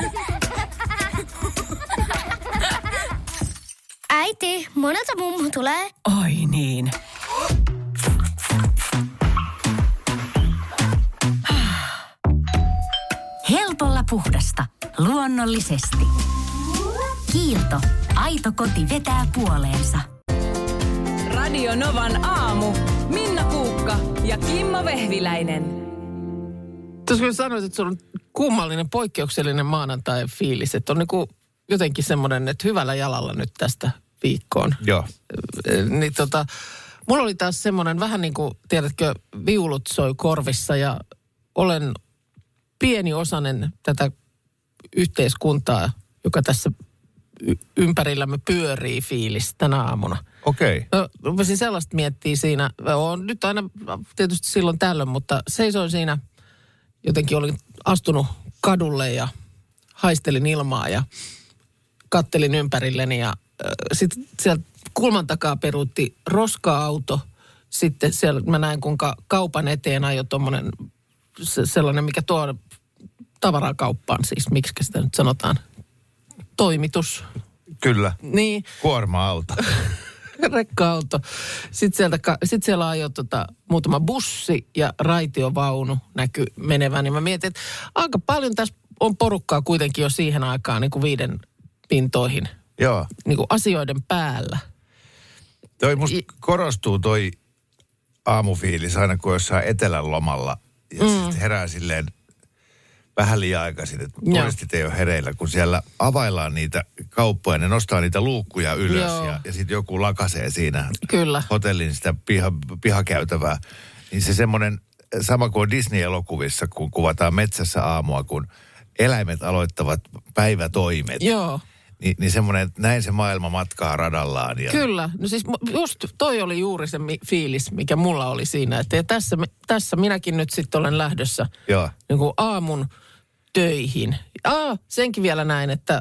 Äiti, monelta mummu tulee. Oi niin. Helpolla puhdasta. Luonnollisesti. Kiilto. Aito koti vetää puoleensa. Radio Novan aamu. Minna Kuukka ja Kimmo Vehviläinen. Tuossa kun sanoit, että se on kummallinen, poikkeuksellinen maanantai-fiilis, että on niinku jotenkin semmoinen, että hyvällä jalalla nyt tästä viikkoon. Joo. Niin mulla oli taas semmoinen vähän niin kuin, tiedätkö, viulut soi korvissa ja olen pieni osanen tätä yhteiskuntaa, joka tässä ympärillämme pyörii fiilis tänä aamuna. Okei. No, rupesin sellaista miettiä siinä. Olen nyt aina tietysti silloin tällöin, mutta seisoin siinä. Jotenkin olin astunut kadulle ja haistelin ilmaa ja kattelin ympärilleni. Ja sitten sieltä kulman takaa peruutti roska-auto. Sitten siellä mä näin, kuinka kaupan eteen ajoi tommonen sellainen, mikä tuo tavaraa kauppaan siis. Miksi sitä nyt sanotaan? Toimitus. Kyllä. Niin. Kuorma-auto. Rekka-auto. Sitten siellä ajoi muutama bussi ja raitiovaunu näkyi menevän. Niin mä mietin, että aika paljon tässä on porukkaa kuitenkin jo siihen aikaan niin kuin 5 pintoihin. Joo. Niin kuin asioiden päällä. Musta korostuu toi aamufiilis aina, kun jossain etelän lomalla. Ja sitten herää silleen vähän liian aikaisin, että turistit ei ole hereillä, kun siellä availlaan niitä kauppoja, ne nostaa niitä luukkuja ylös ja sitten joku lakasee siinä Kyllä. hotellin sitä pihakäytävää. Niin se semmoinen, sama kuin Disney-elokuvissa, kun kuvataan metsässä aamua, kun eläimet aloittavat päivätoimet. Joo. Niin semmoinen, että näin se maailma matkaa radallaan. Ja... Kyllä. No siis just toi oli juuri se fiilis, mikä mulla oli siinä. Että tässä minäkin nyt sitten olen lähdössä niin kuin aamun töihin. Senkin vielä näin, että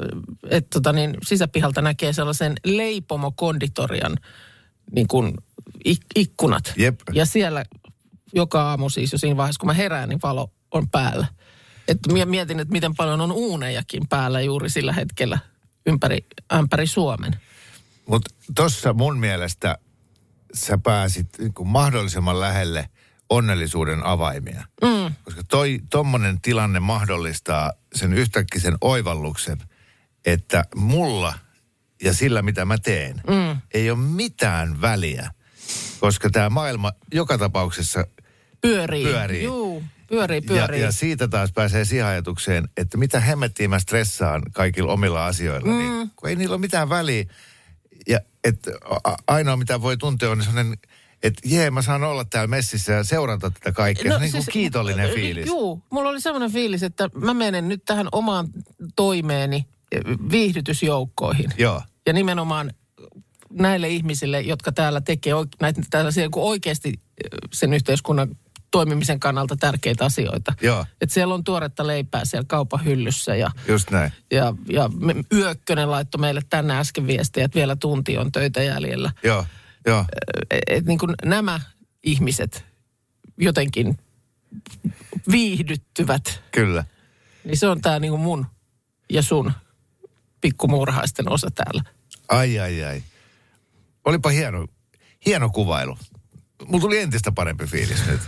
sisäpihalta näkee sellaisen leipomokonditorian niin kuin ikkunat. Jep. Ja siellä joka aamu siis jo siinä vaiheessa, kun mä herään, niin valo on päällä. Että mietin, että miten paljon on uunejakin päällä juuri sillä hetkellä ympäri Suomen. Mutta tuossa mun mielestä sä pääsit niin kuin mahdollisimman lähelle onnellisuuden avaimia. Koska tommonen tilanne mahdollistaa sen yhtäkkisen oivalluksen, että mulla ja sillä mitä mä teen ei ole mitään väliä. Koska tämä maailma joka tapauksessa pyörii. Juu. Pyörii. Ja siitä taas pääsee siihen ajatukseen, että mitä hemmettiä mä stressaan kaikilla omilla asioilla, niin kun ei niillä ole mitään väliä. Ja että ainoa mitä voi tuntea on sellainen, että mä saan olla täällä messissä ja seurata tätä kaikkea. No, se on niin kuin kiitollinen fiilis. Juu, mulla oli sellainen fiilis, että mä menen nyt tähän omaan toimeeni viihdytysjoukkoihin. Joo. Ja nimenomaan näille ihmisille, jotka täällä tekee näitä tällaisia oikeasti sen yhteiskunnan toimimisen kannalta tärkeitä asioita. Joo. Että siellä on tuoretta leipää siellä kaupan hyllyssä. Just näin. Ja Yökkönen laittoi meille tänne äsken viestiä, että vielä tunti on töitä jäljellä. Joo. Että niin kuin nämä ihmiset jotenkin viihdyttyvät. Kyllä. Niin se on tämä niin kuin mun ja sun pikkumuurahaisten osa täällä. Ai. Olipa hieno kuvailu. Mulla tuli entistä parempi fiilis nyt.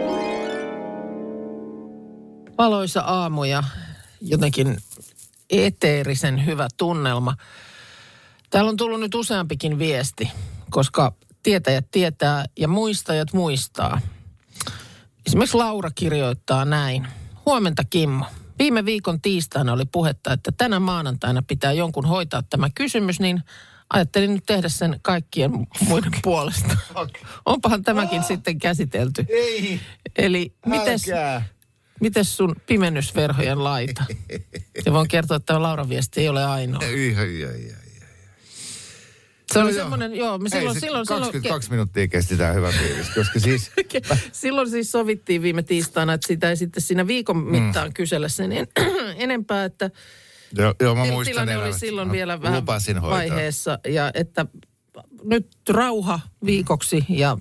Valoisa aamu ja jotenkin eteerisen hyvä tunnelma. Täällä on tullut nyt useampikin viesti, koska tietäjät tietää ja muistajat muistaa. Esimerkiksi Laura kirjoittaa näin. Huomenta Kimmo. Viime viikon tiistaina oli puhetta, että tänä maanantaina pitää jonkun hoitaa tämä kysymys, niin ajattelin nyt tehdä sen kaikkien muiden puolesta. Onpahan tämäkin sitten käsitelty. Ei. Eli mites sun pimennysverhojen laita? Ja voin kertoa, että tämä Lauran viesti ei ole ainoa. Se oli semmoinen, silloin 22 minuuttia kesti tämä hyvä fiilis, koska siis... Silloin siis sovittiin viime tiistaina, että sitä ei sitten siinä viikon mittaan kysellä sen enempää, että... Joo, mä muistan. Tilanne oli silloin vielä vähän vaiheessa. Ja että nyt rauha viikoksi ja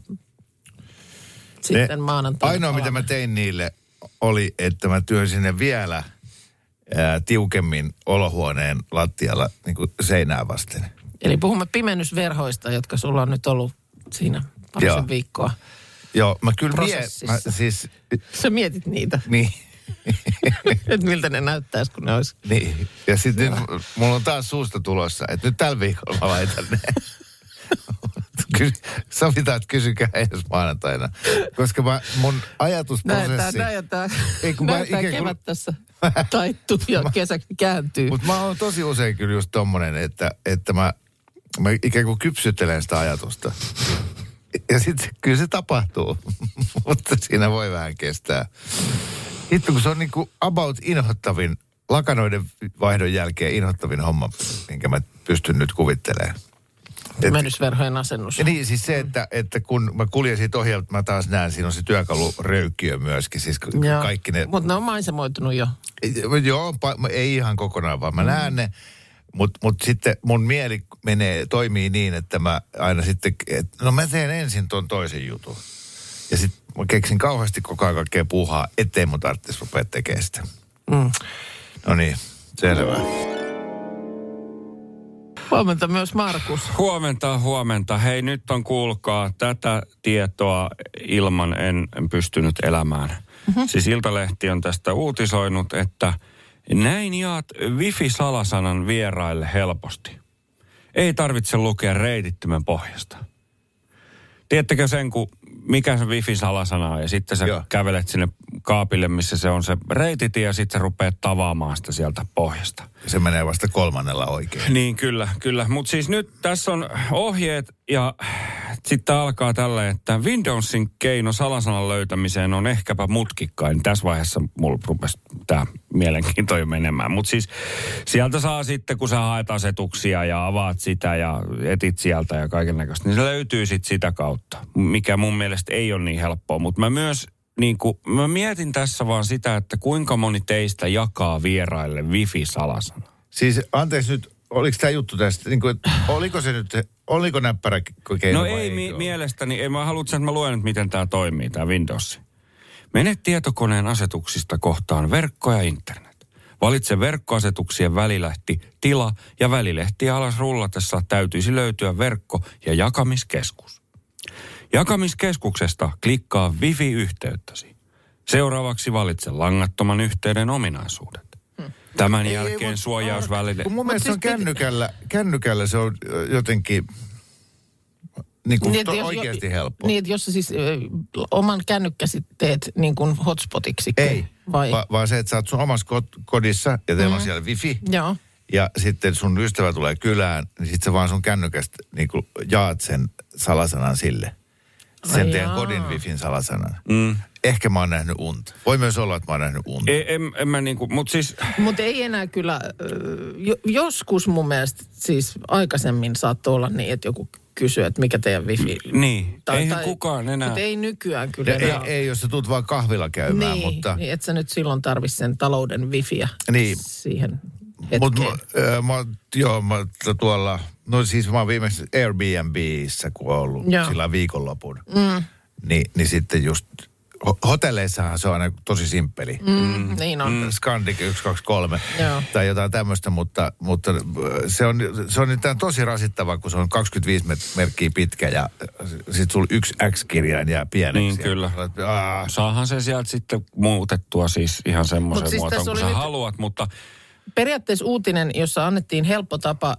sitten maanantaina. Ainoa, mitä mä tein niille, oli, että mä työnsin ne vielä tiukemmin olohuoneen lattialla niin kuin seinää vasten. Eli puhumme pimennysverhoista, jotka sulla on nyt ollut siinä parisen viikkoa. Joo, mä kyllä prosessissa. Sä mietit niitä. Niin. Että miltä ne näyttäisi, kun ne olisi. Niin. Ja sitten mulla on taas suusta tulossa, että nyt tällä viikolla mä laitan ne. Sovitaan, että kysykää ensi maanantaina. Koska mun ajatusprosessi... Näin tämä kevät tässä taittuu ja kesäksi kääntyy. Mutta mä oon tosi usein kyllä just tommonen, että mä ikään kuin kypsyttelen sitä ajatusta. Ja sitten kyllä se tapahtuu, mutta siinä voi vähän kestää. Hitto, kun se on niinku about inhottavin, lakanoiden vaihdon jälkeen inhottavin homma, minkä mä pystyn nyt kuvittelemaan. Pimennysverhojen asennus. Ja niin, siis se, että kun mä kuljen siitä ohi, mä taas näen, siinä on se työkaluröykkiö myöskin. Siis kaikki ne... Mutta ne on maisemoitunut jo. Joo, ei ihan kokonaan, vaan mä näen ne. Mutta sitten mun mieli toimii niin, että mä aina sitten, mä teen ensin ton toisen jutun. Ja sitten mä keksin kauheasti koko ajan kaikkea puuhaa, ettei mun tarvitsisi rupea tekemään sitä. No niin, selvä. Huomenta myös Markus. Huomenta. Hei, nyt on kuulkaa tätä tietoa ilman en pystynyt elämään. Siis Iltalehti on tästä uutisoinut, että näin jaat wifi-salasanan vieraille helposti. Ei tarvitse lukea reitittimen pohjasta. Tiedättekö sen, mikä se wifi-salasana on, ja sitten sä kävelet sinne kaapille, missä se on se reitit, ja sitten sä rupeat tavaamaan sitä sieltä pohjasta. Se menee vasta 3. oikein. Niin, kyllä. Mutta siis nyt tässä on ohjeet, ja sitten alkaa tällä, että Windowsin keino salasanan löytämiseen on ehkäpä mutkikkain. Tässä vaiheessa mulla rupesi tämä mielenkiinto jo menemään. Mutta siis sieltä saa sitten, kun sä haet asetuksia ja avaat sitä ja etit sieltä ja kaiken näköistä, niin se löytyy sitten sitä kautta, mikä mun mielestä ei ole niin helppoa. Mutta mä myös mä mietin tässä vaan sitä, että kuinka moni teistä jakaa vieraille wifi-salasanaa. Siis anteeksi nyt, oliko tämä juttu tästä, oliko näppärä keino? No ei mielestäni, mä haluan, että mä luen nyt, miten tämä toimii, tämä Windows. Mene tietokoneen asetuksista kohtaan verkko ja internet. Valitse verkkoasetuksien välilehti, tila ja välilehtiä alas rullatessa täytyisi löytyä verkko- ja jakamiskeskus. Jakamiskeskuksesta klikkaa Wifi-yhteyttäsi. Seuraavaksi valitse langattoman yhteyden ominaisuudet. Tämän jälkeen suojausväline. Mun mielestä on kännykällä se on jotenkin niin kuin oikeasti helppo. Niin, että jos sä siis oman kännykkäsi teet niin kuin hotspotiksi. Ei, vaan se, että sä oot sun omassa kodissa ja teillä on siellä wifi. Joo. Ja sitten sun ystävä tulee kylään, niin sit sä vaan sun kännykästä niin kuin jaat sen salasanan sille. Sen teidän kodin wifin salasanan. Ehkä mä oon nähnyt unta. Voi myös olla, että mä oon nähnyt unta. En mä niinku, mutta siis... Mutta ei enää kyllä, joskus mun mielestä siis aikaisemmin saattoi olla niin, että joku kysyy, että mikä teidän wifi... Niin, eihän kukaan enää... Mutta ei nykyään kyllä enää. Ei, jos sä tulet vaan kahvilla käymään, niin, mutta... Niin, että sä nyt silloin tarvitse sen talouden wifiä siihen hetkeen. Mutta mä tuolla... No siis mä oon viimeksi Airbnbissä, kun on ollut sillä viikonlopun. Niin sitten just... Hotelleissahan se on aina tosi simppeli. Niin on. Scandic 123 tai jotain tämmöistä, mutta se on nyt tosi rasittavaa, kun se on 25 merkkiä pitkä ja sitten sulla yksi X-kirjain jää pieneksi. Niin kyllä. Saahan se sieltä sitten muutettua siis ihan semmoisen siis muotoon, kun sä haluat, mutta... Periaatteessa uutinen, jossa annettiin helppo tapa...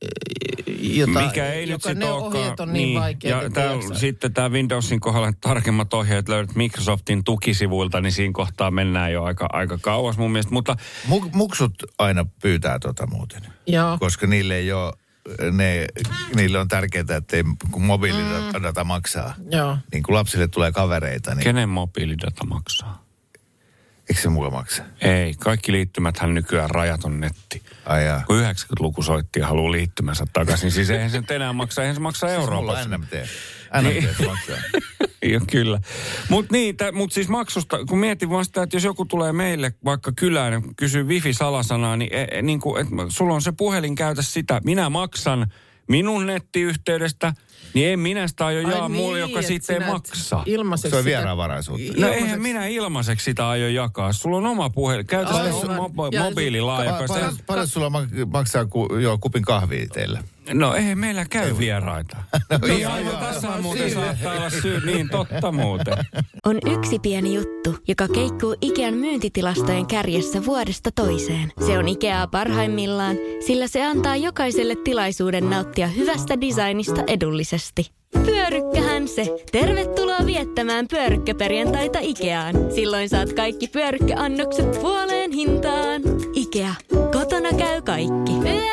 mikä ei nyt sitten olekaan. Ohjeet on niin vaikeita. Ja sitten tämä Windowsin kohdalla tarkemmat ohjeet löydät Microsoftin tukisivuilta, niin siinä kohtaa mennään jo aika kauas mun mielestä. Mutta... Muksut aina pyytää muuten. Joo. Koska niille ei ole, niille on tärkeää, että kun mobiilidata maksaa, niin kun lapsille tulee kavereita. Niin... Kenen mobiilidata maksaa? Eikö se muka maksa? Ei, kaikki liittymäthän nykyään rajaton netti. Ai jaa. Kun 90-luku soitti ja haluaa liittymänsä takaisin, siis eihän se enää maksa, eihän se maksa Euroopassa. Siis mulla on NMT se maksaa. Joo, kyllä. Mutta mut siis maksusta, kun mietin vasta, että jos joku tulee meille vaikka kylään ja kysyy wifi-salasanaa, niin sulla on se puhelin käytä sitä. Minä maksan, minun nettiyhteydestä, niin en minä sitä aio jakaa mulle, joka siitä ei maksa. Se on vieraanvaraisuutta. No eihän minä ilmaiseksi sitä aio jakaa. Sulla on oma puhelin. Käytä mobiililaajakas. Paljon sulla maksaa kupin kahvia teille? No ei meillä käy vieraita. Niin aivan tässä muuten saattaa olla syy. Niin totta muuten. On yksi pieni juttu, joka keikkuu Ikean myyntitilastojen kärjessä vuodesta toiseen. Se on Ikeaa parhaimmillaan, sillä se antaa jokaiselle tilaisuuden nauttia hyvästä designista edullisesti. Pyörykkähän se! Tervetuloa viettämään pyörykkäperjantaita Ikeaan. Silloin saat kaikki pyörykkäannokset puoleen hintaan. Ikea. Kotona käy kaikki.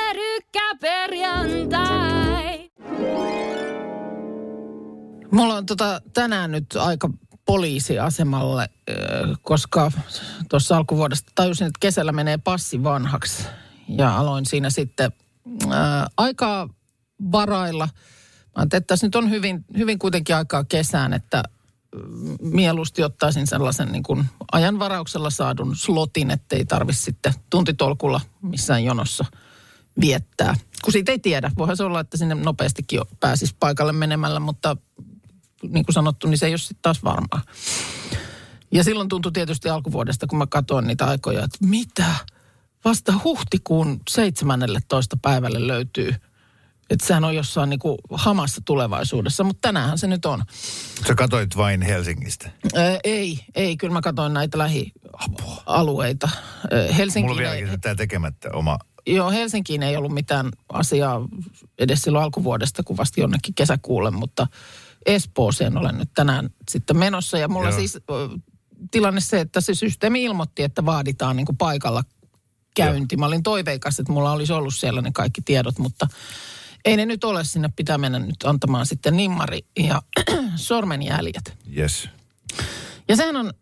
Pyörykkäperjantai! Mulla on tänään nyt aika poliisiasemalle, koska tuossa alkuvuodesta tajusin, että kesällä menee passi vanhaksi. Ja aloin siinä sitten aikaa varailla. Mä ajattelin, että tässä nyt on hyvin kuitenkin aikaa kesään, että mieluusti ottaisin sellaisen niin kuin ajanvarauksella saadun slotin, ettei tarvitse sitten tuntitolkulla missään jonossa viettää. Kun siitä ei tiedä, voihan se olla, että sinne nopeastikin pääsisi paikalle menemällä, mutta niin kuin sanottu, niin se ei ole sitten taas varmaa. Ja silloin tuntui tietysti alkuvuodesta, kun mä katsoin niitä aikoja, että mitä? Vasta huhtikuun 17. päivälle löytyy. Että sehän on jossain niin kuin hamassa tulevaisuudessa, mutta tänäänhän se nyt on. Sä katsoit vain Helsingistä? Ei. Kyllä mä katsoin näitä lähialueita. Mulla on vieläkin tämä tekemättä oma... Joo, Helsinkiin ei ollut mitään asiaa edes silloin alkuvuodesta, kun vasta jonnekin kesäkuulle, mutta Espooseen olen nyt tänään sitten menossa. Ja mulla siis tilanne se, että se systeemi ilmoitti, että vaaditaan niin kuin paikalla käynti. Mä olin toiveikas, että mulla olisi ollut siellä ne kaikki tiedot, mutta ei ne nyt ole. Sinne pitää mennä nyt antamaan sitten nimmari ja sormenjäljet. Yes. Ja sehän on,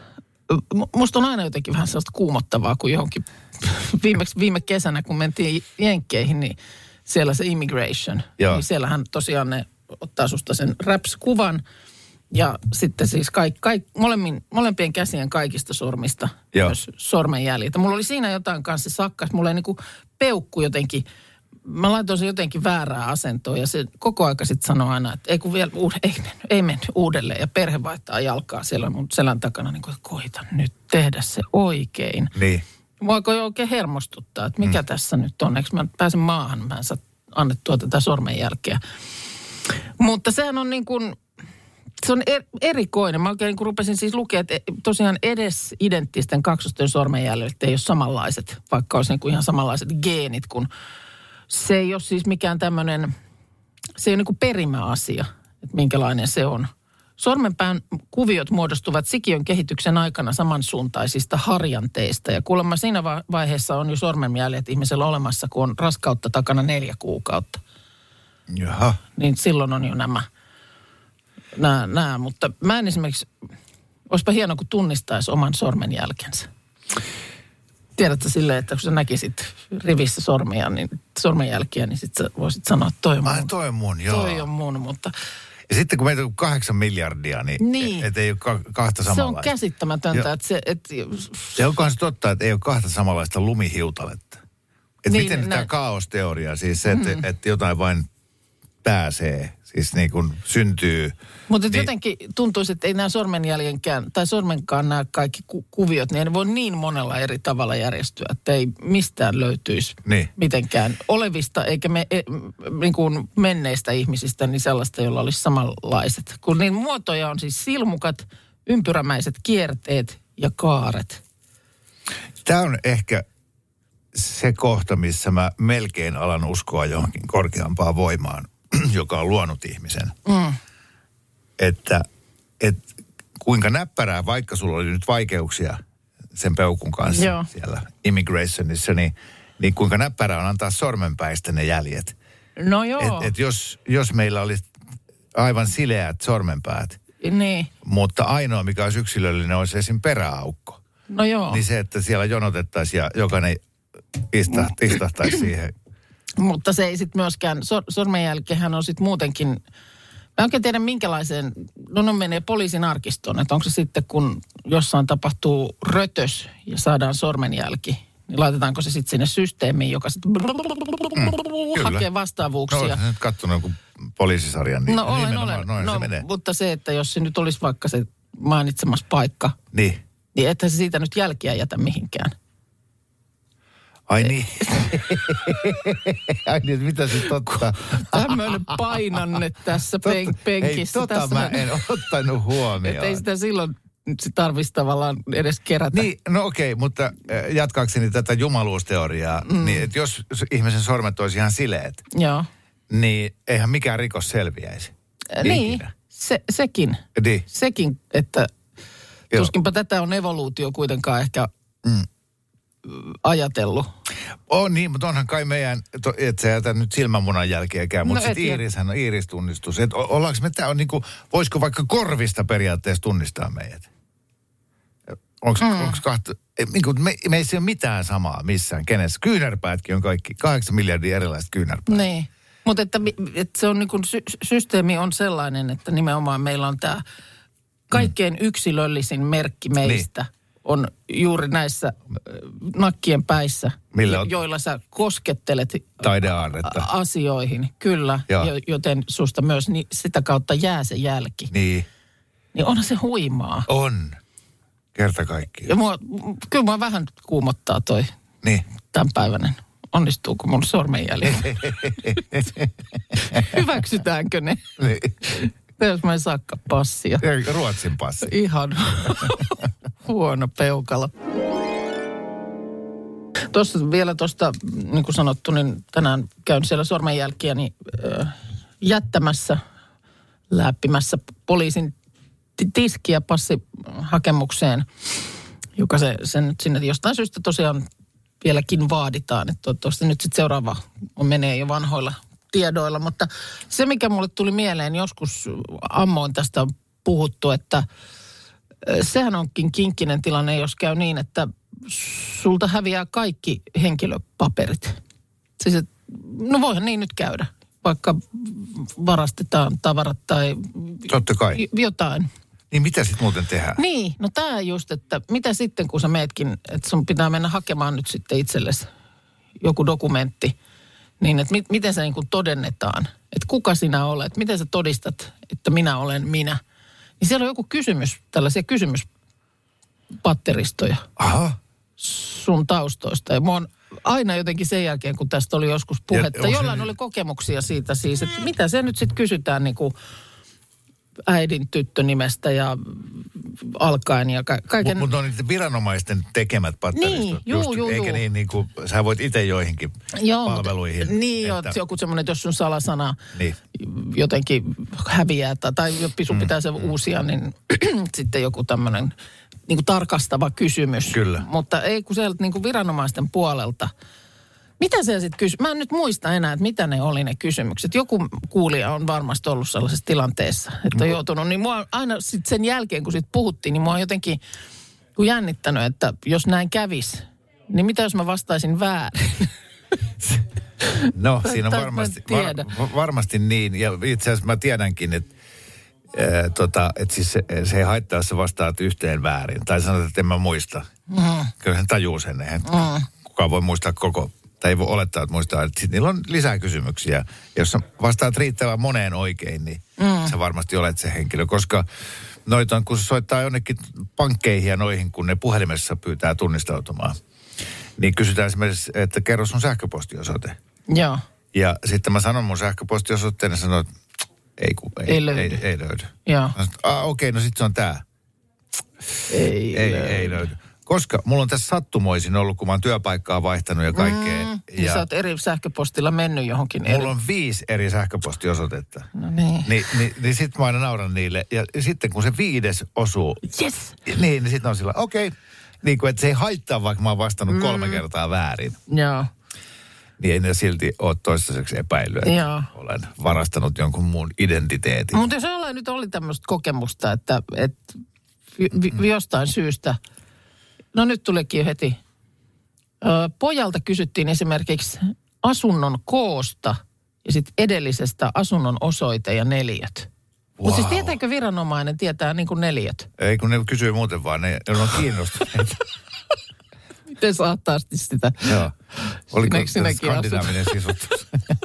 musta on aina jotenkin vähän sellaista kuumottavaa, kun johonkin viime kesänä, kun mentiin Jenkkeihin, niin siellä se immigration. Joo. Niin siellähän tosiaan ne ottaa susta sen raps-kuvan ja sitten siis molempien käsien kaikista sormista myös sormenjäljiltä. Mulla oli siinä jotain kanssa sakkas. Mulla ei niinku peukku jotenkin, mä laitoin sen jotenkin väärää asentoa ja se koko aika sitten sanoi aina, että ei kun vielä, ei mennyt uudelleen. Ja perhe vaihtaa jalkaa siellä mun selän takana, niin kuin, että koita nyt tehdä se oikein. Niin. Voiko jo oikein hermostuttaa, että mikä tässä nyt on? Eikö mä pääsen maahan, mä en saa annettua tätä sormenjälkeä. Mutta sehän on niin kuin, se on erikoinen. Mä oikein niin kuin rupesin siis lukea, että tosiaan edes identtisten kaksosten sormenjäljet ei ole samanlaiset, vaikka olisi niin kuin ihan samanlaiset geenit, kun se ei ole siis mikään tämmöinen, se ei ole niin kuin perimäasia, että minkälainen se on. Sormenpään kuviot muodostuvat sikiön kehityksen aikana samansuuntaisista harjanteista. Ja kuulemma siinä vaiheessa on jo sormenjäljet ihmisellä olemassa, kun on raskautta takana 4 kuukautta. Jaha. Niin silloin on jo nämä. Mutta mä en esimerkiksi, olisipa hienoa, kun tunnistaisi oman sormenjälkensä. Tiedätkö silleen, että kun sä näkisit rivissä sormenjälkiä, niin sit sä voisit sanoa, että toi on mun. Toi on mun, joo. Toi on mun, mutta... Ja sitten kun meitä on 8 miljardia, niin. Et ei ole kahta samanlaista. Se on käsittämätöntä, että se... Ja onkohan se totta, että ei ole kahta samanlaista lumihiutaletta? Että niin, miten tämä kaosteoria, siis se, että jotain vain pääsee, siis niin kuin syntyy. Mutta niin, jotenkin tuntuisi, että ei nämä sormenjäljenkään, tai sormenkaan nämä kaikki kuviot, niin ei ne voi niin monella eri tavalla järjestyä, että ei mistään löytyisi mitenkään olevista, eikä niin kuin menneistä ihmisistä, niin sellaista, jolla olisi samanlaiset. Kun niin muotoja on siis silmukat, ympyrämäiset kierteet ja kaaret. Tämä on ehkä se kohta, missä mä melkein alan uskoa johonkin korkeampaan voimaan, joka on luonut ihmisen. Että kuinka näppärää, vaikka sulla oli nyt vaikeuksia sen peukun kanssa siellä immigrationissa, niin kuinka näppärää on antaa sormenpäistä ne jäljet. No joo. Jos meillä olisi aivan sileät sormenpäät, niin, mutta ainoa mikä olisi yksilöllinen olisi esim. Peräaukko. No joo. Niin se, että siellä jonotettaisiin ja jokainen istahtaisi siihen. Mutta se ei sitten myöskään, sormenjälkehän on sitten muutenkin, mä en oikein tiedä minkälaiseen, no menee poliisin arkistoon, että onko se sitten kun jossain tapahtuu rötös ja saadaan sormenjälki, niin laitetaanko se sitten sinne systeemiin, joka sitten hakee vastaavuuksia. No, oletko nyt kattonut joku poliisisarjan, niin no olen. Noin se menee. Mutta se, että jos se nyt olisi vaikka se mainitsemas paikka, niin että se siitä nyt jälkiä jätä mihinkään. Ai niin. Ai niin, mitä se totta? Tämmöinen painanne tässä penkissä. Hei, tässä mä en ottanut huomioon. Että ei sitä silloin se tarvitsisi tavallaan edes kerätä. Niin, no okei, mutta jatkaakseni tätä jumaluusteoriaa, niin että jos ihmisen sormet olisi ihan sileet, joo, niin eihän mikään rikos selviäisi. Niin, sekin. Niin. Sekin, että tuskinpa tätä on evoluutio kuitenkaan ehkä ajatellut. On niin, mutta onhan kai meidän, et sä jätä nyt silmämunan jälkeäkään, mutta No sitten iiristunnistus. Että ollaanko me, tää on niinku, voisiko vaikka korvista periaatteessa tunnistaa meidät? Onko kahta, niinku, meissä ei ole mitään samaa missään, kenessä. Kyynärpäätkin on kaikki, 8 miljardia erilaista kyynärpäät. Niin, mutta että se on niinku, systeemi on sellainen, että nimenomaan meillä on tämä kaikkein yksilöllisin merkki meistä. Niin. On juuri näissä nakkien päissä, joilla sä koskettelet taideaarretta asioihin. Kyllä, joten susta myös sitä kautta jää se jälki. Niin. Niin onhan se huimaa. On. Kerta kaikkiaan. Ja kyllä mua vähän kuumottaa toi tämänpäiväinen. Onnistuuko mun sormenjäljet? Hyväksytäänkö ne? Niin. Jos mä en saakka passia. Ruotsin passi. Ihan huono peukalo. Tuosta, niin kuin sanottu, niin tänään käyn siellä sormenjälkiä jättämässä, läppimässä poliisin tiskiä passihakemukseen, joka se nyt sinne jostain syystä tosiaan vieläkin vaaditaan. Että toivottavasti nyt sitten seuraava menee jo vanhoilla tiedoilla, mutta se mikä mulle tuli mieleen, joskus ammoin tästä on puhuttu, että sehän onkin kinkkinen tilanne, jos käy niin, että sulta häviää kaikki henkilöpaperit. Siis, no voihan niin nyt käydä, vaikka varastetaan tavarat tai totta kai jotain. Niin mitä sitten muuten tehdään? Niin, no tämä just, että mitä sitten kun sä meetkin, että sun pitää mennä hakemaan nyt sitten itsellesi joku dokumentti, niin että miten se niin kuin todennetaan, että kuka sinä olet, miten sä todistat, että minä olen minä. Niin siellä on joku kysymys, tällaisia kysymyspatteristoja sun taustoista. Ja mä oon aina jotenkin sen jälkeen, kun tästä oli joskus puhetta, jollain oli kokemuksia siitä siis, että mitä se nyt sitten kysytään niin kuin äidin tyttönimestä ja alkaen ja kaiken. Mutta on niitä viranomaisten tekemät patteristot. Niin, eikä niin kuin, sä voit itse joihinkin palveluihin. Niin, että joku semmoinen, että jos sun salasana jotenkin häviää tai sun pitää se uusia, niin sitten joku tämmöinen niin kuin tarkastava kysymys. Kyllä. Mutta ei kun sieltä niin kuin viranomaisten puolelta. Mitä se sitten mä en nyt muista enää, että mitä ne oli ne kysymykset. Joku kuulija on varmasti ollut sellaisessa tilanteessa, että on joutunut. Niin mua aina sitten sen jälkeen, kun siitä puhuttiin, niin mua on jotenkin jännittänyt, että jos näin kävisi, niin mitä jos mä vastaisin väärin? No, siinä on varmasti niin. Ja itse asiassa mä tiedänkin, että siis se ei haittaa, jos sä vastaat yhteen väärin. Tai sanot, että en mä muista. Kyllä hän tajuu sen. Eihän kukaan voi muistaa koko. Tai ei voi olettaa, että muistaa, että niillä on lisää kysymyksiä. Jos sä vastaat riittävän moneen oikein, niin sä varmasti olet se henkilö. Koska noita, kun se soittaa jonnekin pankkeihin ja noihin, kun ne puhelimessa pyytää tunnistautumaan, niin kysytään esimerkiksi, että kerro sun sähköpostiosoite. Joo. Ja sitten mä sanon mun sähköpostiosoitteen ja sanon, että ei löydy. Joo. Okei, no sit se on tää. Ei löydy. Koska mulla on tässä sattumoisin ollut, kun mä oon työpaikkaa vaihtanut ja kaikkea. Ja sä oot eri sähköpostilla mennyt johonkin mulla on 5 eri sähköpostiosoitetta. No niin. Niin sit mä aina nauran niille. Ja sitten kun se 5. osuu. Yes. Niin sit on sillä, okei. Niin kuin, että se ei haittaa, vaikka mä oon vastannut 3 kertaa väärin. Joo. Niin ei ne silti ole toistaiseksi epäillyt, että olen varastanut jonkun muun identiteetin. Mutta jos ollaan nyt oli tämmöistä kokemusta, että jostain syystä, no nyt tulikin jo heti, pojalta kysyttiin esimerkiksi asunnon koosta ja sitten edellisestä asunnon osoite ja neliöt. Wow. Mutta siis tietääkö viranomainen tietää niin kuin neliöt? Ei kun ne kysyy muuten vaan, ne on kiinnostuneita. Miten saattaasti sitä? Joo. Oliko sinäkin skandinaavinen sisutus?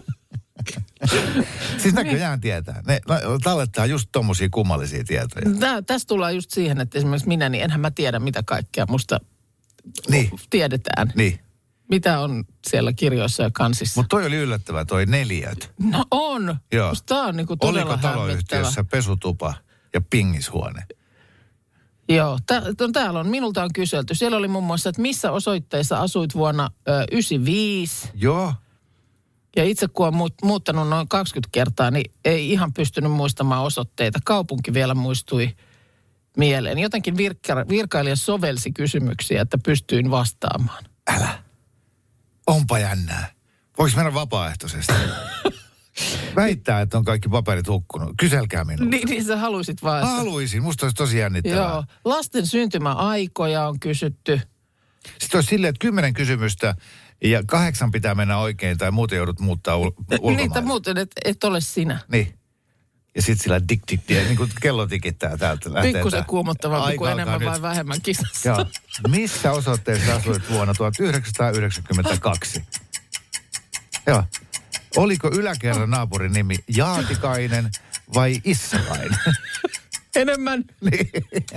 Siis näköjään tietää. Ne tallettaa just tommosia kummallisia tietoja. Tässä tullaan just siihen, että esimerkiksi minä, niin enhän mä tiedä, mitä kaikkea musta tiedetään. Niin. Mitä on siellä kirjoissa ja kansissa. Mutta toi oli yllättävää, toi 4. No on. Joo. Tää on niinku todella Oliko taloyhtiössä pesutupa ja pingishuone? Joo, täällä on, minulta on kyselty. Siellä oli muun muassa, että missä osoitteissa asuit vuonna 95. Joo. Ja itse kun on muuttanut noin 20 kertaa, niin ei ihan pystynyt muistamaan osoitteita. Kaupunki vielä muistui mieleen. Jotenkin virkailija sovelsi kysymyksiä, että pystyin vastaamaan. Älä. Onpa jännää. Voiko mennä vapaaehtoisesti? Väittää, että on kaikki paperit hukkunut. Kyselkää minulta. Niin sä haluisit vaan. Että... Haluaisin. Musta olisi tosi jännittävää. Joo. Lasten syntymäaikoja on kysytty. Sitten olisi silleen, että 10 kysymystä ja 8 pitää mennä oikein tai muuten joudut muuttaa ulkomaille. Niitä muuten, et ole sinä. Niin. Ja sitten sillä niin kuin kello tikittää täältä. Pikkusen kuumottavampi kuin enemmän vai vähemmän kisassa. Joo. Missä osoitteessa asuit vuonna 1992? Joo. Oliko yläkerran naapurin nimi Jaatikainen vai Issakainen? Enemmän. Niin.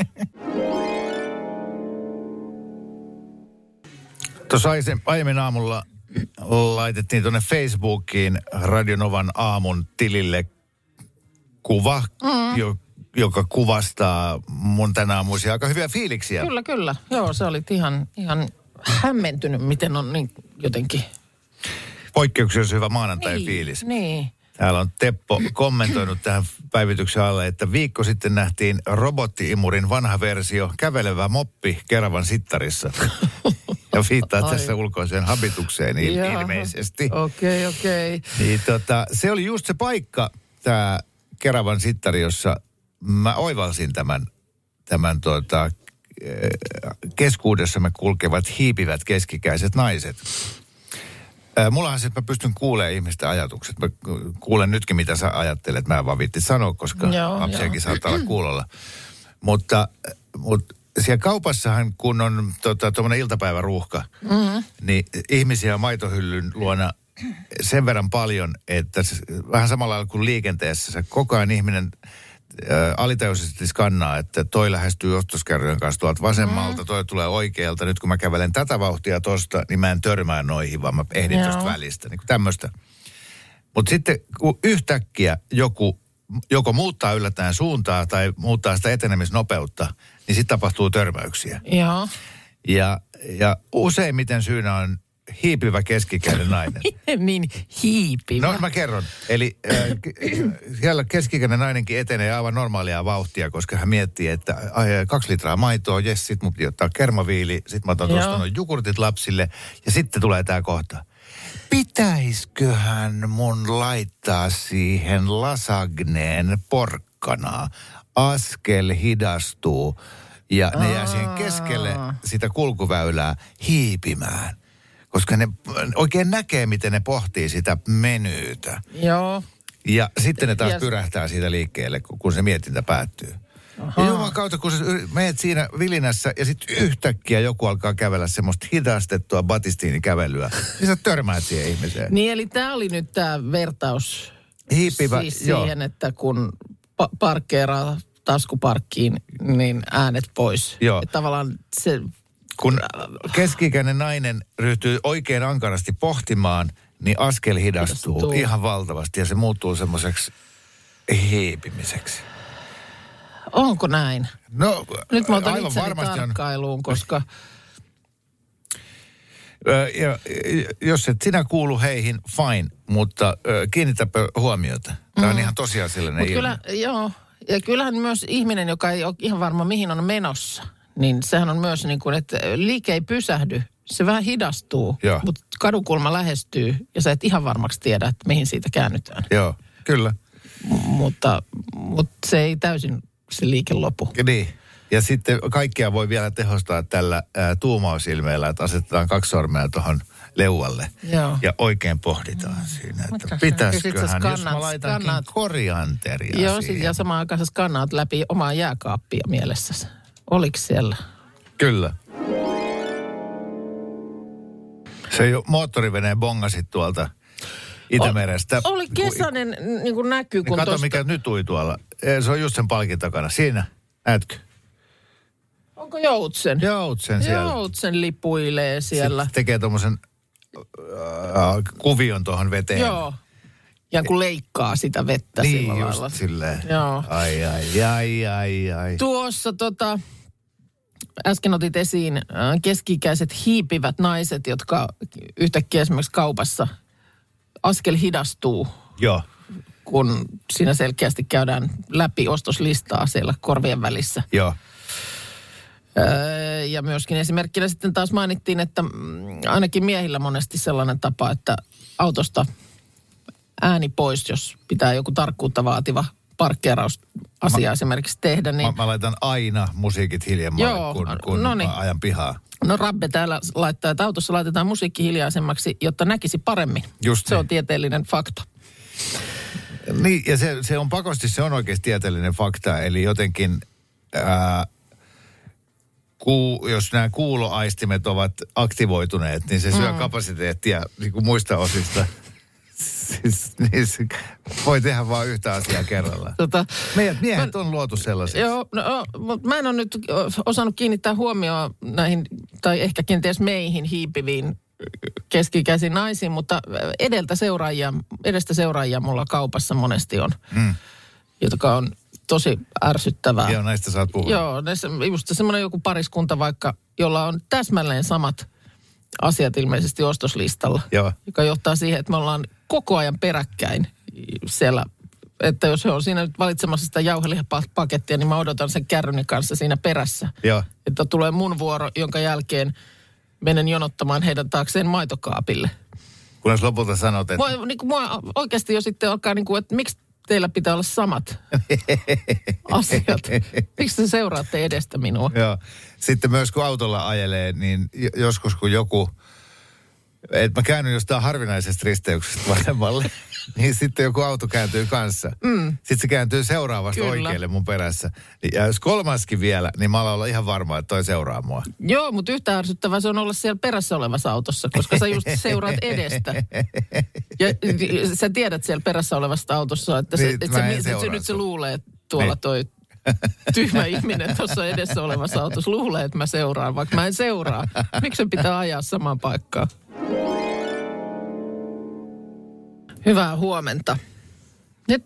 Tuossa aiemmin aamulla laitettiin tuonne Facebookiin Radio Novan aamun tilille kuva, joka kuvastaa mun tänä aamuisia aika hyviä fiiliksiä. Kyllä. Joo, sä olit ihan hämmentynyt, miten on niin jotenkin. Poikkeuksellisen hyvä maanantai-fiilis. Niin. Täällä on Teppo kommentoinut tähän päivityksen alle, että viikko sitten nähtiin robotti-imurin vanha versio, kävelevä moppi Keravan sittarissa. Ja viittaa tässä ulkoiseen habitukseen ilmeisesti. Okei. Niin se oli just se paikka, tämä Keravan sittari, jossa mä oivalsin tämän keskuudessamme kulkevat hiipivät keskikäiset naiset. Mullahan se, että mä pystyn kuulemaan ihmisten ajatukset. Mä kuulen nytkin, mitä sä ajattelet. Mä en vaan viitti sanoa, koska lapsiakin saattaa olla kuulolla. Mutta siellä kaupassahan, kun on tuommoinen iltapäiväruuhka, niin ihmisiä on maitohyllyn luona sen verran paljon, että vähän samalla lailla kuin liikenteessä, se koko ajan ihminen alitajuisesti skannaa, että toi lähestyy ostoskärryjen kanssa tuolta vasemmalta, toi tulee oikealta. Nyt kun mä kävelen tätä vauhtia tosta, niin mä en törmää noihin, vaan mä ehdin tosta välistä. Niin kuin tämmöistä. Mutta sitten kun yhtäkkiä joku joko muuttaa yllättäen suuntaa tai muuttaa sitä etenemisnopeutta, niin sitten tapahtuu törmäyksiä. Joo. Ja useimmiten syynä on hiipivä keskikäinen nainen. Niin hiipivä. No mä kerron. Eli siellä keskikäinen nainenkin etenee aivan normaalia vauhtia, koska hän miettii, että 2 litraa maitoa, jes, sit mun piti ottaa kermaviili, sit mä otan tuosta noin jogurtit lapsille, ja sitten tulee tää kohta. Pitäisköhän mun laittaa siihen lasagneen porkkanaa? Askel hidastuu ja ne jää siihen keskelle sitä kulkuväylää hiipimään. Koska ne oikein näkee, miten ne pohtii sitä menyytä. Joo. Ja sitten ne taas pyrähtää siitä liikkeelle, kun se mietintä päättyy. Ja juman kautta, kun sä meet siinä vilinässä ja sitten yhtäkkiä joku alkaa kävellä semmoista hidastettua batistiinikävelyä, niin sä törmäät siihen ihmiseen. Niin, eli tämä oli nyt tämä vertaus hiipivä, siis siihen, että kun parkkeeraa taskuparkkiin, niin äänet pois. Joo. Että tavallaan se... Kun keski-ikäinen nainen ryhtyy oikein ankarasti pohtimaan, niin askel hidastuu ihan valtavasti ja se muuttuu semmoiseksi hiipimiseksi. Onko näin? No, nyt mä otan aivan itseni varmasti tarkkailuun, koska... Jos et sinä kuulu heihin, fine, mutta kiinnitäpä huomiota. Tämä on ihan tosiasiallinen ilmiö. Kyllä, joo. Ja kyllähän myös ihminen, joka ei ole ihan varma mihin on menossa, niin sehän on myös niin kuin, että liike ei pysähdy. Se vähän hidastuu, mutta kadukulma lähestyy ja sä et ihan varmaksi tiedä, että mihin siitä käännytään. Joo, kyllä. Mutta se ei täysin se liike lopu. Niin. Ja sitten kaikkea voi vielä tehostaa tällä tuumausilmeellä, että asetetaan 2 sormea tuohon leualle. Joo. Ja oikein pohditaan siinä, että pitäisiköhän, jos mä laitankin korianteria siihen. Ja samaan aikaan sä skannaat läpi omaa jääkaappia mielessäsi. Oliko siellä? Kyllä. Se jo moottoriveneen bongasit tuolta Itämerestä. Oli kesäinen niin kuin näky. Kun kato, mikä nyt ui tuolla. Se on just sen palkin takana. Siinä, näetkö? Onko Joutsen? Joutsen siellä. Joutsen lipuilee siellä. Sitten tekee tommosen kuvion tuohon veteen. Joo. Ja kun leikkaa sitä vettä niin, sillä just lailla. silleen. Joo. Ai. Tuossa äsken otit esiin keski-ikäiset hiipivät naiset, jotka yhtäkkiä esimerkiksi kaupassa askel hidastuu. Joo. Kun siinä selkeästi käydään läpi ostoslistaa siellä korvien välissä. Joo. Ja myöskin esimerkkinä sitten taas mainittiin, että ainakin miehillä monesti sellainen tapa, että autosta ääni pois, jos pitää joku tarkkuutta vaativa parkkeerausasia esimerkiksi tehdä. Niin... Mä laitan aina musiikit hiljemmalle, kun ajan pihaa. No Rabbe täällä laittaa, että autossa laitetaan musiikki hiljaisemmaksi, jotta näkisi paremmin. Just se on tieteellinen fakta. Niin, ja se on pakosti, se on oikeasti tieteellinen fakta. Eli jotenkin, jos nämä kuuloaistimet ovat aktivoituneet, niin se syö kapasiteettia niin kuin muista osista. Siis voi tehdä vaan yhtä asiaa kerrallaan. Meidät miehet on luotu sellaisiksi. Joo, mutta mä en ole nyt osannut kiinnittää huomioon näihin, tai ehkä kenties meihin hiipiviin keski-ikäisiin naisiin, mutta edestä seuraajia mulla kaupassa monesti on, jotka on tosi ärsyttävää. Joo, näistä saat puhua. Joo, just semmoinen joku pariskunta vaikka, jolla on täsmälleen samat asiat ilmeisesti ostoslistalla, joo, joka johtaa siihen, että me ollaan koko ajan peräkkäin siellä, että jos he on siinä nyt valitsemassa sitä jauhelihapakettia, niin mä odotan sen kärryni kanssa siinä perässä. Joo. Että tulee mun vuoro, jonka jälkeen menen jonottamaan heidän taakseen maitokaapille. Kunnes lopulta sanot, että... Mua oikeasti jo sitten alkaa, että miksi teillä pitää olla samat asiat? Miksi te seuraatte edestä minua? Joo. Sitten myös kun autolla ajelee, niin joskus kun joku... Että mä käännyn jostain harvinaisesta risteyksestä vasemmalle, niin sitten joku auto kääntyy kanssa. Sitten se kääntyy seuraavasta oikealle mun perässä. Ja jos kolmaskin vielä, niin mä olla ihan varma, että toi seuraa mua. Joo, mutta yhtä ärsyttävää se on olla siellä perässä olevassa autossa, koska sä just seuraat edestä. Ja sä tiedät siellä perässä olevasta autossa, että nyt se luulee, että tuolla toi tyhmä ihminen tuossa edessä olevassa autossa luulee, että mä seuraan, vaikka mä en seuraa. Miksi se pitää ajaa samaan paikkaan? Hyvää huomenta. Nyt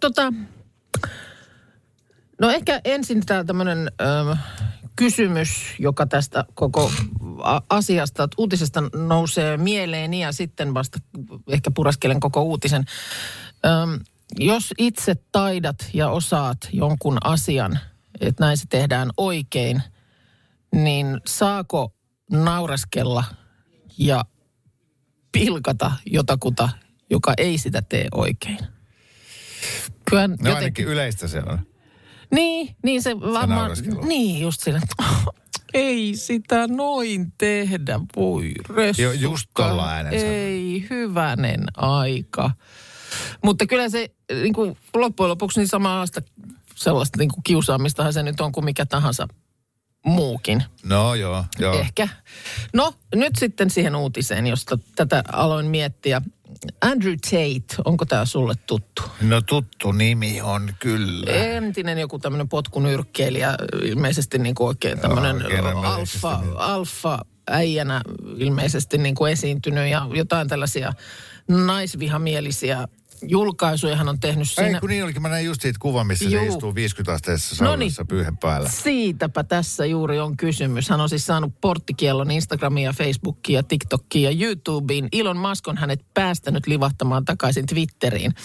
no ehkä ensin tää tämmönen kysymys, joka tästä koko asiasta, uutisesta nousee mieleeni ja sitten vasta ehkä puraskelen koko uutisen. Jos itse taidat ja osaat jonkun asian, että näin se tehdään oikein, niin saako naureskella ja pilkata jotakuta, joka ei sitä tee oikein? Kyllä no jotenkin... ainakin yleistä se on. Niin se varmaan, niin just siinä, ei sitä noin tehdä, voi ressukka. Joo, just tuolla äänensä. Ei, hyvänen aika. Mutta kyllä se niin kuin loppujen lopuksi niin samanlaista sellaista niin kuin kiusaamistahan se nyt on kuin mikä tahansa muukin. No joo. Ehkä. No nyt sitten siihen uutiseen, josta tätä aloin miettiä. Andrew Tate, onko tämä sulle tuttu? No tuttu nimi on kyllä. Entinen joku tämmöinen potkunyrkkeilijä, ilmeisesti niin kuin oikein tämmöinen alfa-äijänä ilmeisesti niin kuin esiintynyt ja jotain tällaisia naisvihamielisiä julkaisuja hän on tehnyt siinä. Ei kun niin olikin, mä näin just siitä kuvan, missä se istuu 50-asteessa saunassa pyyhen päällä. Siitäpä tässä juuri on kysymys. Hän on siis saanut porttikiellon Instagramia, Facebookia, TikTokia ja YouTubeen. Elon Musk on hänet päästänyt livahtamaan takaisin Twitteriin.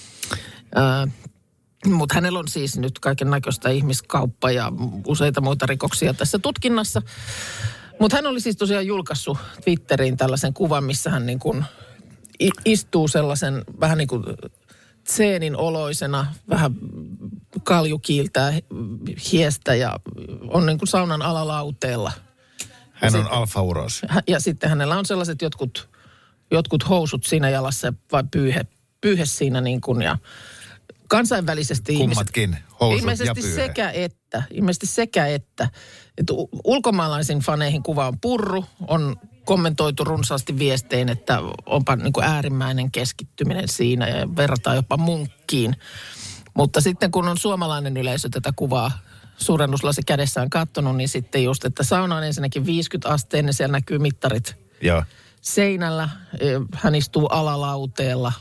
Mutta hänellä on siis nyt kaiken näköistä ihmiskauppaa ja useita muita rikoksia tässä tutkinnassa. Mutta hän oli siis tosiaan julkaissut Twitteriin tällaisen kuvan, missä hän niin kuin istuu sellaisen vähän niin kuin tseenin oloisena, vähän kaljukiiltää hiestä ja on niin kuin saunan alalauteella. Hän on alfa-uros. Ja sitten hänellä on sellaiset jotkut housut siinä jalassa vai pyyhe siinä niin kuin ja kansainvälisesti kummatkin housut ilmeisesti ja pyyhe. Ilmeisesti sekä että ulkomaalaisiin faneihin kuva on purru, on kommentoitu runsaasti viestein, että onpa niin kuin äärimmäinen keskittyminen siinä ja verrataan jopa munkkiin. Mutta sitten kun on suomalainen yleisö tätä kuvaa suurennuslasi kädessään katsonut, niin sitten just, että sauna on ensinnäkin 50 asteinen, siellä näkyy mittarit Joo. seinällä. Hän istuu alalauteella,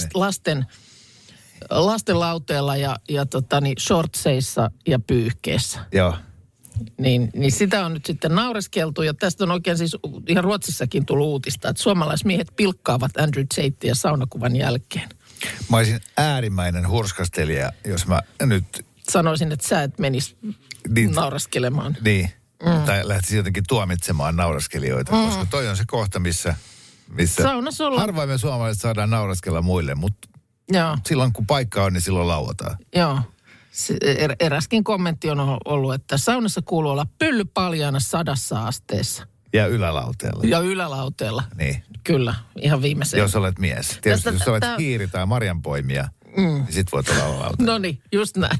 lasten lauteella ja shortseissa ja pyyhkeessä. Joo. Niin sitä on nyt sitten naureskeltu ja tästä on oikein siis ihan Ruotsissakin tullut uutista, että suomalaismiehet pilkkaavat Andrew Tatea saunakuvan jälkeen. Mä olisin äärimmäinen hurskastelija, jos mä nyt... Sanoisin, että sä et menisi nauraskelemaan. Niin, tai lähtisi jotenkin tuomitsemaan nauraskelijoita, koska toi on se kohta, missä harvoin me suomalaiset saadaan nauraskella muille, mutta silloin kun paikka on, niin silloin lauataan. Joo. Eräskin kommentti on ollut, että saunassa kuuluu olla pylly paljaana 100 asteessa. Ja ylälauteella. Niin. Kyllä, ihan viimeiseen. Jos olet mies. Tietysti jos olet hiiri tai marjanpoimija, niin sit voit olla alalauteella. No niin, just näin.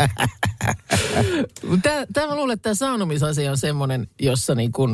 Tämä mä luulen, että tämä saunomisasia on semmoinen, jossa niin kuin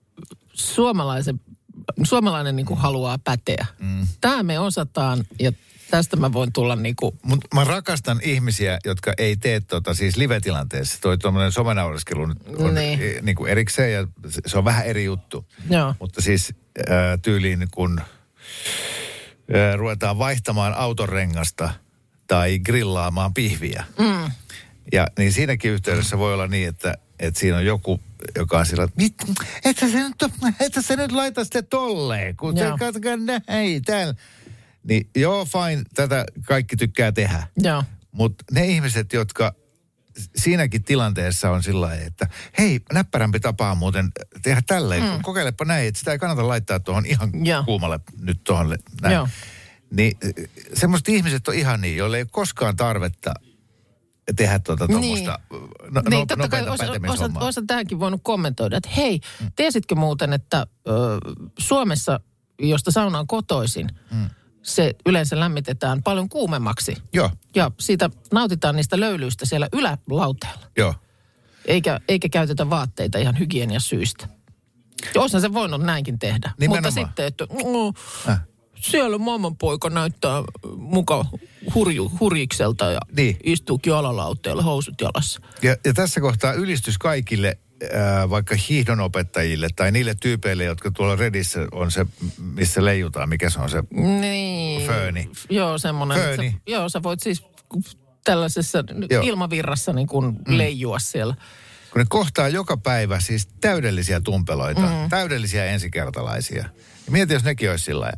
suomalainen niin kuin haluaa päteä. Tämä me osataan ja tästä mä voin tulla niinku... Mä rakastan ihmisiä, jotka ei tee siis live-tilanteessa. Toi tuommoinen somenaureskelu on niinku erikseen ja se on vähän eri juttu. Joo. Mutta siis tyyliin kun ruvetaan vaihtamaan autonrengasta tai grillaamaan pihviä. Ja niin siinäkin yhteydessä voi olla niin, että siinä on joku, joka on sillä, että sä nyt laita sitä tolleen, kun te katsokaa näin täällä. Niin joo, fine, tätä kaikki tykkää tehdä. Joo. Mutta ne ihmiset, jotka siinäkin tilanteessa on sillä lailla, että hei, näppärämpi tapaa muuten tehdä tälleen. Kokeilepa näin, että sitä ei kannata laittaa tuohon ihan kuumalle nyt tuohon näin. Joo. Niin semmoiset ihmiset on ihan niin, joille ei ole koskaan tarvetta tehdä tuommoista nopeata pätemishommaa. Osa tähänkin voinut kommentoida, että hei, tiesitkö muuten, että Suomessa, josta sauna on kotoisin, se yleensä lämmitetään paljon kuumemmaksi. Joo. Ja siitä nautitaan niistä löylyistä siellä ylälauteella. Joo. Eikä käytetä vaatteita ihan hygieniasyistä. Ja osan se voinut näinkin tehdä. Nimenomaan. Mutta sitten, että siellä maailmanpoika näyttää muka hurjikselta ja istuukin alalauteella housut jalassa. Ja tässä kohtaa ylistys kaikille vaikka hiihdonopettajille tai niille tyypeille, jotka tuolla Redissä on se, missä leijutaan. Mikä se on se fööni? Joo, semmoinen. Sä voit siis tällaisessa ilmavirrassa niin kuin leijua siellä. Kun ne kohtaa joka päivä siis täydellisiä tumpeloita, täydellisiä ensikertalaisia. Ja mieti, jos nekin olisi sillä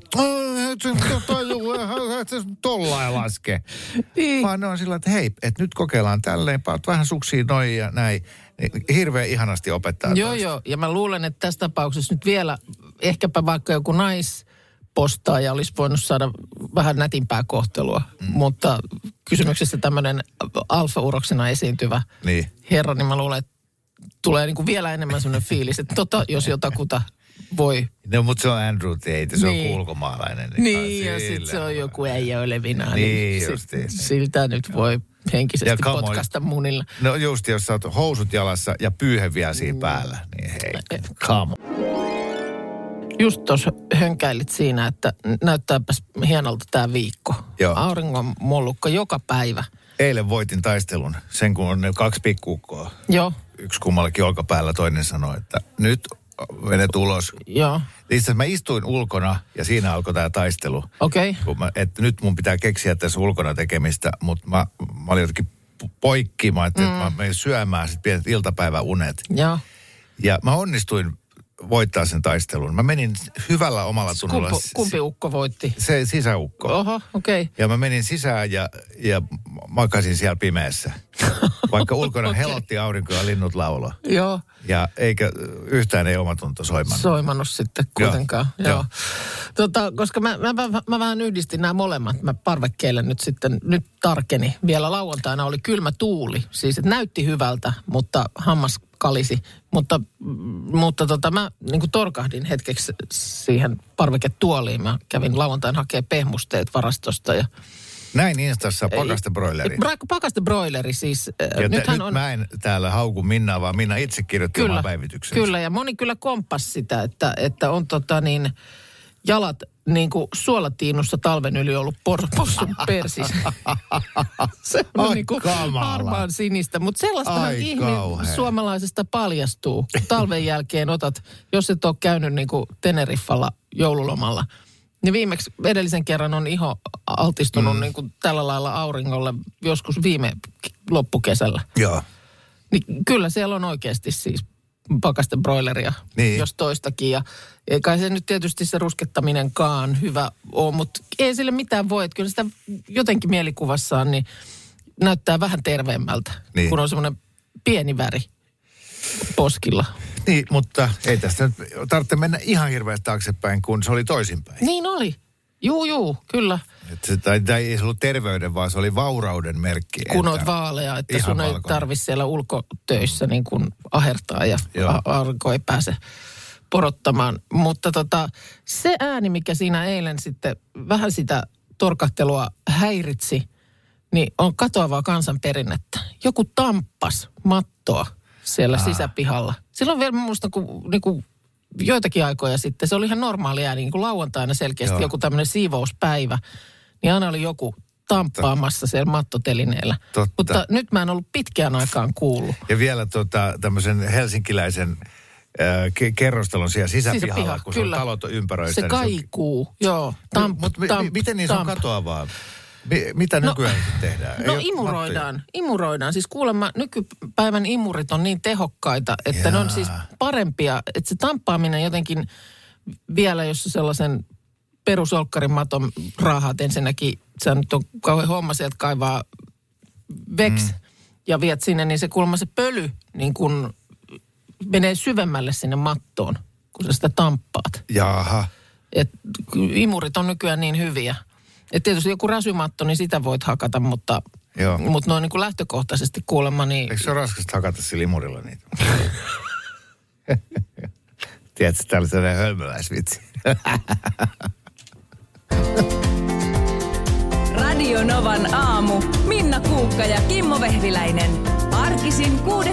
lailla, tollain laske. Vaan ne on sillä että hei, että nyt kokeillaan tälleen, paat vähän suksiin noin ja näin. Hirveän ihanasti opettaa. Joo. Ja mä luulen, että tässä tapauksessa nyt vielä ehkäpä vaikka joku naispostaaja olisi voinut saada vähän nätimpää kohtelua. Mutta kysymyksessä tämmöinen alfa-uroksena esiintyvä herra, niin mä luulen, että tulee niin kuin vielä enemmän semmoinen fiilis, että jos jotakuta voi. No, mutta se on Andrew Tate, se on ulkomaalainen. Niin, ja sitten se on joku äijä Olevina. Niin justiin. Siltä nyt voi henkisesti potkasta munilla. No just, jos sä oot housut jalassa ja pyyhe vielä siinä päällä, niin hei, come on. Just tuossa hönkäilit siinä, että näyttääpäs hienolta tää viikko. Joo. Auringon mollukka joka päivä. Eilen voitin taistelun, sen kun on ne 2 pikkuukkoa. Joo. Yksi kummallakin olkapäällä, toinen sanoi, että nyt menet ulos. Joo. Itse asiassa mä istuin ulkona ja siinä alkoi tämä taistelu. Okei. Että nyt mun pitää keksiä tässä ulkona tekemistä, mutta mä olin jotenkin poikki. Mä ajattelin, että mä menin syömään sitten pienet iltapäiväunet. Joo. Ja mä onnistuin voittaa sen taistelun. Mä menin hyvällä omalla tunnolla. Kumpi ukko voitti? Se sisäukko. Oho, okei. Ja mä menin sisään ja makasin siellä pimeässä. Vaikka ulkona helotti aurinko ja linnut laulo. Joo. Ja eikä yhtään ei omatunto soimannut sitten kuitenkaan. Joo. Koska mä vähän yhdistin nämä molemmat. Mä parvekkeelle nyt tarkeni. Vielä lauantaina oli kylmä tuuli. Siis että näytti hyvältä, mutta hammas kalisi. Mutta mä niin kuin torkahdin hetkeksi siihen parveketuoliin. Mä kävin lauantaina hakemaan pehmusteet varastosta ja Näin Instassa pakastebroileri. Pakastebroileri siis. Ja nyt mä en täällä hauku Minnaa, vaan Minna itse kirjoitti omaa päivityksensä. Kyllä, ja moni kyllä komppasi sitä, että on jalat niin kuin suolatiinussa talven yli ollut possun persissä. Se on niin kuin harmaan sinistä, mutta sellaistahan suomalaisesta paljastuu. Talven jälkeen jos et ole käynyt niin kuin Teneriffalla joululomalla, niin viimeksi edellisen kerran on iho altistunut niin kuin tällä lailla auringolle joskus viime loppukesällä. Joo. Niin kyllä siellä on oikeasti siis pakastebroileria, jos toistakin. Ja kai se nyt tietysti se ruskettaminenkaan hyvä ole, mutta ei sille mitään voi. Että kyllä sitä jotenkin mielikuvassaan niin näyttää vähän terveemmältä, kun on semmoinen pieni väri poskilla. Niin, mutta ei tästä nyt tarvitse mennä ihan hirveästi taaksepäin, kun se oli toisinpäin. Niin oli. Juu, kyllä. Tai ei se ollut terveyden, vaan se oli vaurauden merkki. Kun olet vaalea, että sun ei tarvitse siellä ulkotöissä niin kuin ahertaa ja aurinko ei pääse porottamaan. Mutta se ääni, mikä siinä eilen sitten vähän sitä torkahtelua häiritsi, niin on katoavaa kansanperinnettä. Joku tamppas mattoa siellä sisäpihalla. Silloin vielä muista, kun joitakin aikoja sitten, se oli ihan normaali ääni, niin kuin lauantaina selkeästi joku tämmöinen siivouspäivä, niin aina oli joku tamppaamassa siellä mattotelineellä. Totta. Mutta nyt mä en ollut pitkään aikaan kuullut. Ja vielä tämmöisen helsinkiläisen kerrostalon siellä sisäpihalla, kun kyllä. Se on talot ympäröistä. Se kaikuu, joo. Miten niin se on katoavaa? Mitä nykyään tehdään? No imuroidaan. Siis kuulemma nykypäivän imurit on niin tehokkaita, että ne on siis parempia. Että se tamppaaminen jotenkin vielä, jos sellaisen perusolkkarin maton raahaat ensinnäkin, se nyt on kauhean homma sieltä kaivaa veks ja viet sinne, niin se kuulemma se pöly niin kun menee syvemmälle sinne mattoon, kun sä sitä tamppaat. Jaha. Et imurit on nykyään niin hyviä. Että tietysti joku räsymatto, niin sitä voit hakata, mutta noin niin kuin lähtökohtaisesti kuulemma niin... Eikö se ole raskasta hakata sillä imurilla niitä? Tiedätkö, täällä on sellainen hölmöläisvitsi. Radio Novan aamu. Minna Kuukka ja Kimmo Vehviläinen. Arkisin 6